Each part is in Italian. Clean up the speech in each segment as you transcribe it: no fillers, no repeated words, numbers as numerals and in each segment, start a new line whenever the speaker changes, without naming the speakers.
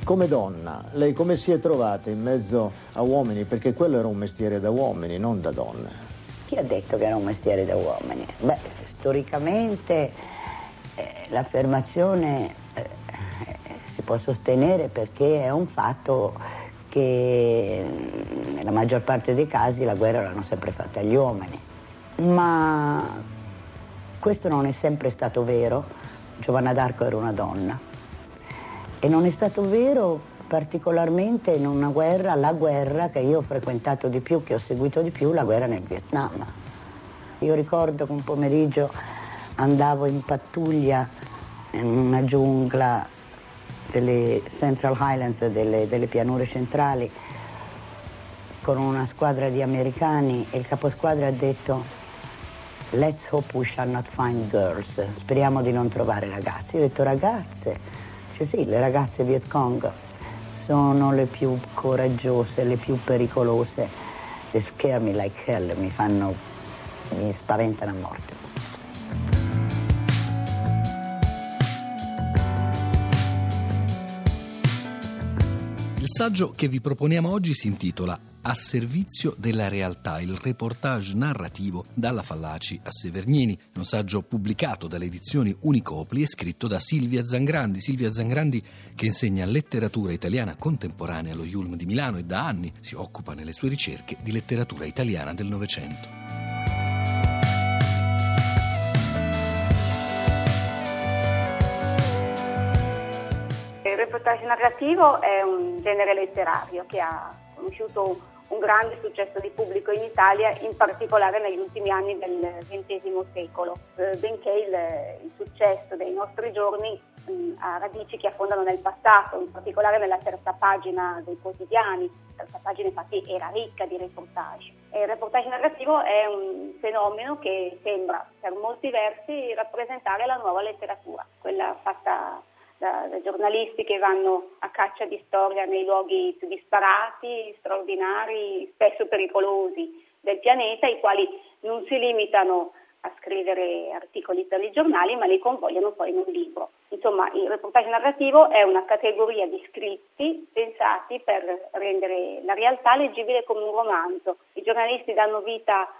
Come donna, lei come si è trovata in mezzo a uomini? Perché quello era un mestiere da uomini, non da donne.
Chi ha detto che era un mestiere da uomini? Storicamente l'affermazione si può sostenere perché è un fatto che nella maggior parte dei casi la guerra l'hanno sempre fatta gli uomini. Ma questo non è sempre stato vero. Giovanna d'Arco era una donna. E non è stato vero particolarmente in una guerra, la guerra che io ho frequentato di più, che ho seguito di più, la guerra nel Vietnam. Io ricordo che un pomeriggio andavo in pattuglia in una giungla delle Central Highlands, delle pianure centrali, con una squadra di americani e il caposquadra ha detto "Let's hope we shall not find girls", speriamo di non trovare ragazze. Io ho detto "ragazze"? Sì, le ragazze Viet Cong sono le più coraggiose, le più pericolose. They scare me like hell, mi spaventano a morte.
Il saggio che vi proponiamo oggi si intitola A servizio della realtà, il reportage narrativo dalla Fallaci a Severgnini, un saggio pubblicato dalle edizioni Unicopli e scritto da Silvia Zangrandi. Silvia Zangrandi che insegna letteratura italiana contemporanea allo IULM di Milano e da anni si occupa nelle sue ricerche di letteratura italiana del Novecento.
Il reportage narrativo è un genere letterario che ha conosciuto un grande successo di pubblico in Italia, in particolare negli ultimi anni del XX secolo, benché il successo dei nostri giorni ha radici che affondano nel passato, in particolare nella terza pagina dei quotidiani. La terza pagina infatti era ricca di reportage. E il reportage narrativo è un fenomeno che sembra per molti versi rappresentare la nuova letteratura, quella fatta da giornalisti che vanno a caccia di storia nei luoghi più disparati, straordinari, spesso pericolosi del pianeta, i quali non si limitano a scrivere articoli per i giornali, ma li convogliano poi in un libro. Insomma, il reportage narrativo è una categoria di scritti pensati per rendere la realtà leggibile come un romanzo. I giornalisti danno vita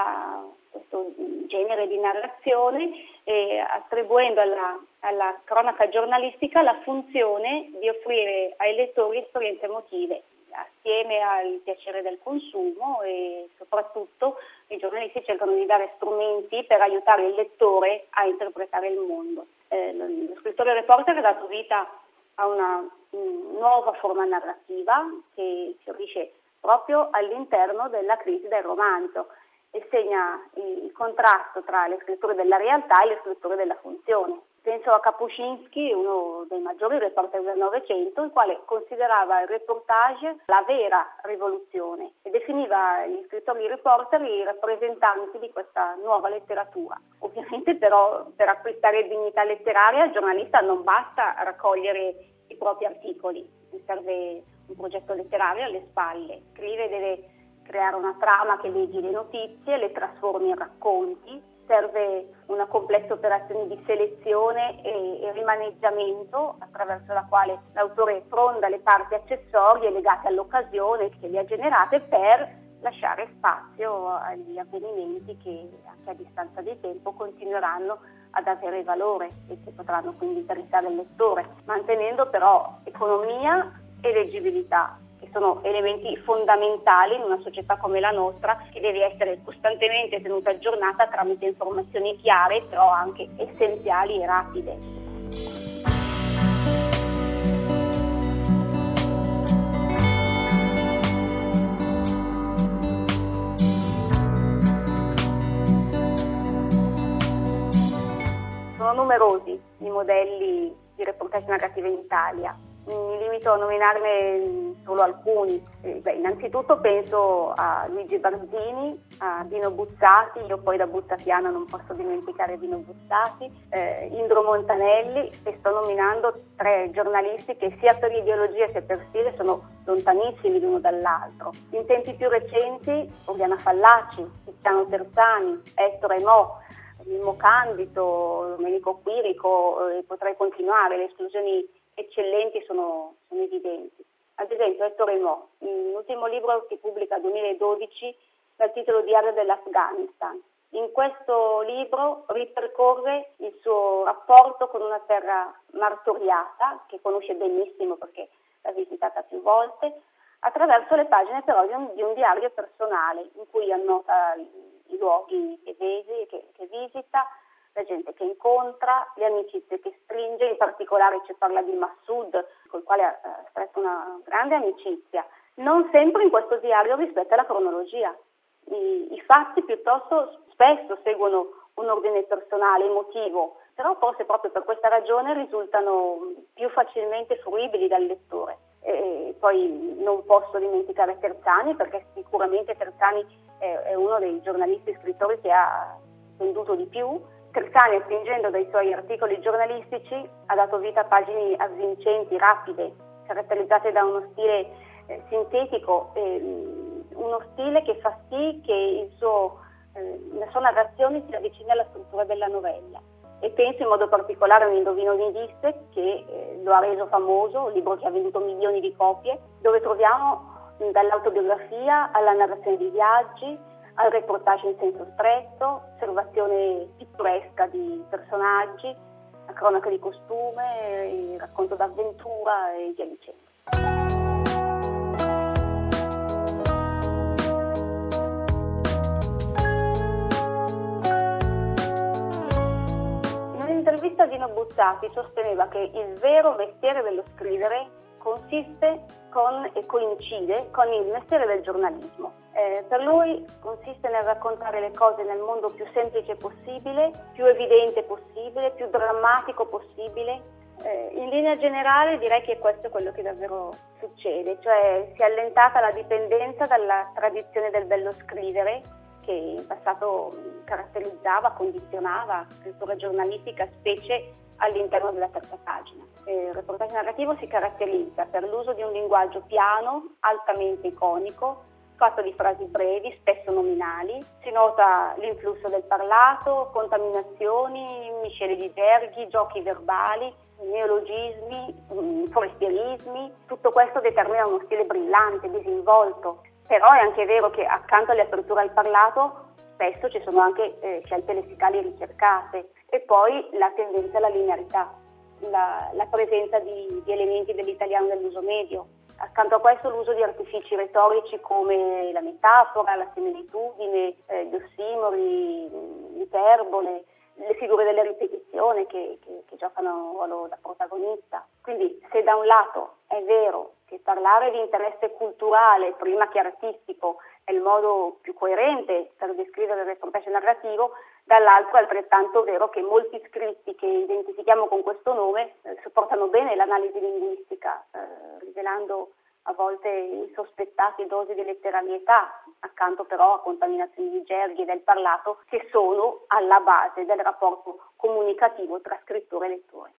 a questo genere di narrazione, attribuendo alla cronaca giornalistica la funzione di offrire ai lettori esperienze emotive, assieme al piacere del consumo, e soprattutto i giornalisti cercano di dare strumenti per aiutare il lettore a interpretare il mondo. Lo scrittore reporter ha dato vita a una nuova forma narrativa che fiorisce proprio all'interno della crisi del romanzo e segna il contrasto tra le scritture della realtà e le scritture della funzione. Penso a Kapuscinski, uno dei maggiori reporter del Novecento, il quale considerava il reportage la vera rivoluzione e definiva gli scrittori reporter i rappresentanti di questa nuova letteratura. Ovviamente però per acquistare dignità letteraria al giornalista non basta raccogliere i propri articoli, gli serve un progetto letterario alle spalle. Scrive, deve creare una trama che leggi le notizie, le trasformi in racconti, serve una complessa operazione di selezione e rimaneggiamento attraverso la quale l'autore fronda le parti accessorie legate all'occasione che le ha generate per lasciare spazio agli avvenimenti che anche a distanza di tempo continueranno ad avere valore e che potranno quindi interessare il lettore, mantenendo però economia e leggibilità, che sono elementi fondamentali in una società come la nostra, che deve essere costantemente tenuta aggiornata tramite informazioni chiare, però anche essenziali e rapide. Sono numerosi i modelli di reportage narrativo in Italia. Mi limito a nominarne solo alcuni. Innanzitutto penso a Luigi Barzini, a Dino Buzzati, io poi da buzzatiana non posso dimenticare Dino Buzzati, Indro Montanelli, e sto nominando tre giornalisti che sia per ideologia sia per stile sono lontanissimi l'uno dall'altro. In tempi più recenti Oriana Fallaci, Tiziano Terzani, Ettore Mo, Mimmo Candido, Domenico Quirico, potrei continuare, le esclusioni eccellenti sono evidenti. Ad esempio Ettore Mo, l'ultimo libro che pubblica nel 2012 dal titolo Diario dell'Afghanistan. In questo libro ripercorre il suo rapporto con una terra martoriata, che conosce benissimo perché l'ha visitata più volte, attraverso le pagine però di un diario personale in cui annota i luoghi che visita, la gente che incontra, le amicizie che stringe, in particolare ci parla di Massoud, col quale ha stretto una grande amicizia. Non sempre in questo diario rispetta la cronologia. I fatti piuttosto spesso seguono un ordine personale, emotivo, però forse proprio per questa ragione risultano più facilmente fruibili dal lettore. E poi non posso dimenticare Terzani, perché sicuramente Terzani è uno dei giornalisti e scrittori che ha venduto di più. Terzani, attingendo dai suoi articoli giornalistici, ha dato vita a pagine avvincenti, rapide, caratterizzate da uno stile sintetico, uno stile che fa sì che la sua narrazione si avvicini alla struttura della novella. E penso in modo particolare a Un indovino di Ulisse, che lo ha reso famoso, un libro che ha venduto milioni di copie, dove troviamo dall'autobiografia alla narrazione di viaggi, al reportage in senso stretto, osservazione pittoresca di personaggi, la cronaca di costume, il racconto d'avventura e via dicendo. In un'intervista Dino Buzzati sosteneva che il vero mestiere dello scrivere consiste e coincide con il mestiere del giornalismo. Per lui consiste nel raccontare le cose nel modo più semplice possibile, più evidente possibile, più drammatico possibile. In linea generale direi che questo è quello che davvero succede, cioè si è allentata la dipendenza dalla tradizione del bello scrivere, che in passato caratterizzava, condizionava la scrittura giornalistica, specie all'interno della terza pagina. Il reportage narrativo si caratterizza per l'uso di un linguaggio piano, altamente iconico, fatto di frasi brevi, spesso nominali. Si nota l'influsso del parlato, contaminazioni, miscele di gerghi, giochi verbali, neologismi, forestierismi. Tutto questo determina uno stile brillante, disinvolto. Però è anche vero che accanto alle aperture al parlato spesso ci sono anche scelte lessicali ricercate, e poi la tendenza alla linearità, la presenza di elementi dell'italiano dell'uso medio. Accanto a questo l'uso di artifici retorici come la metafora, la similitudine, gli ossimori, l'iperbole, le figure della ripetizione che giocano un ruolo da protagonista. Quindi se da un lato è vero che parlare di interesse culturale prima che artistico è il modo più coerente per descrivere il reportage narrativo, dall'altro è altrettanto vero che molti scritti che identifichiamo con questo nome supportano bene l'analisi linguistica, rivelando a volte insospettati dosi di letterarietà, accanto però a contaminazioni di gerghi e del parlato che sono alla base del rapporto comunicativo tra scrittore e lettore.